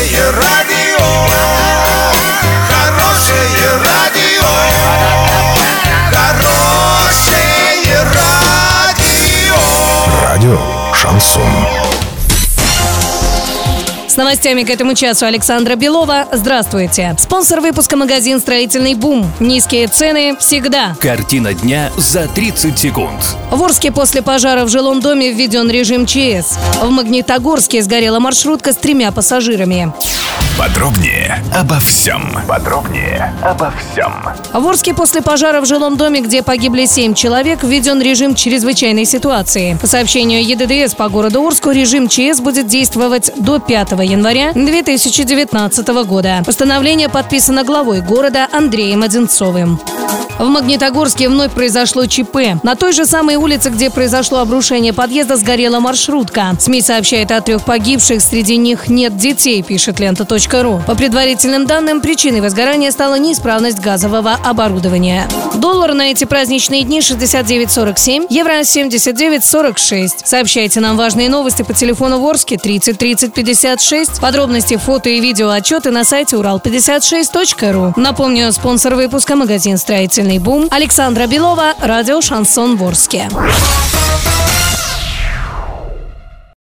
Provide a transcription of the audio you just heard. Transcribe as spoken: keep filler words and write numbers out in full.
Хорошее радио, хорошее радио, хорошее радио. Радио Шансон. С новостями к этому часу Александра Белова. Здравствуйте. Спонсор выпуска — магазин «Строительный бум». Низкие цены всегда. Картина дня за тридцать секунд. В Орске после пожара в жилом доме введен режим ЧС. В Магнитогорске сгорела маршрутка с тремя пассажирами. Подробнее обо всем. Подробнее обо всем. В Орске после пожара в жилом доме, где погибли семь человек, введен режим чрезвычайной ситуации. По сообщению ЕДДС по городу Орску, режим ЧС будет действовать до пятого января две тысячи девятнадцатого года. Постановление подписано главой города Андреем Одинцовым. В Магнитогорске вновь произошло ЧП. На той же самой улице, где произошло обрушение подъезда, сгорела маршрутка. СМИ сообщает о трех погибших, среди них нет детей, пишет лента точка ру. По предварительным данным, причиной возгорания стала неисправность газового оборудования. Доллар на эти праздничные дни шестьдесят девять сорок семь, евро семьдесят девять сорок шесть. Сообщайте нам важные новости по телефону в Орске тридцать тридцать пятьдесят шесть. Подробности, фото и видео отчеты на сайте урал пятьдесят шесть точка ру. Напомню, спонсор выпуска — магазин «Строительный бум». Александра Белова, радио «Шансон» в Орске.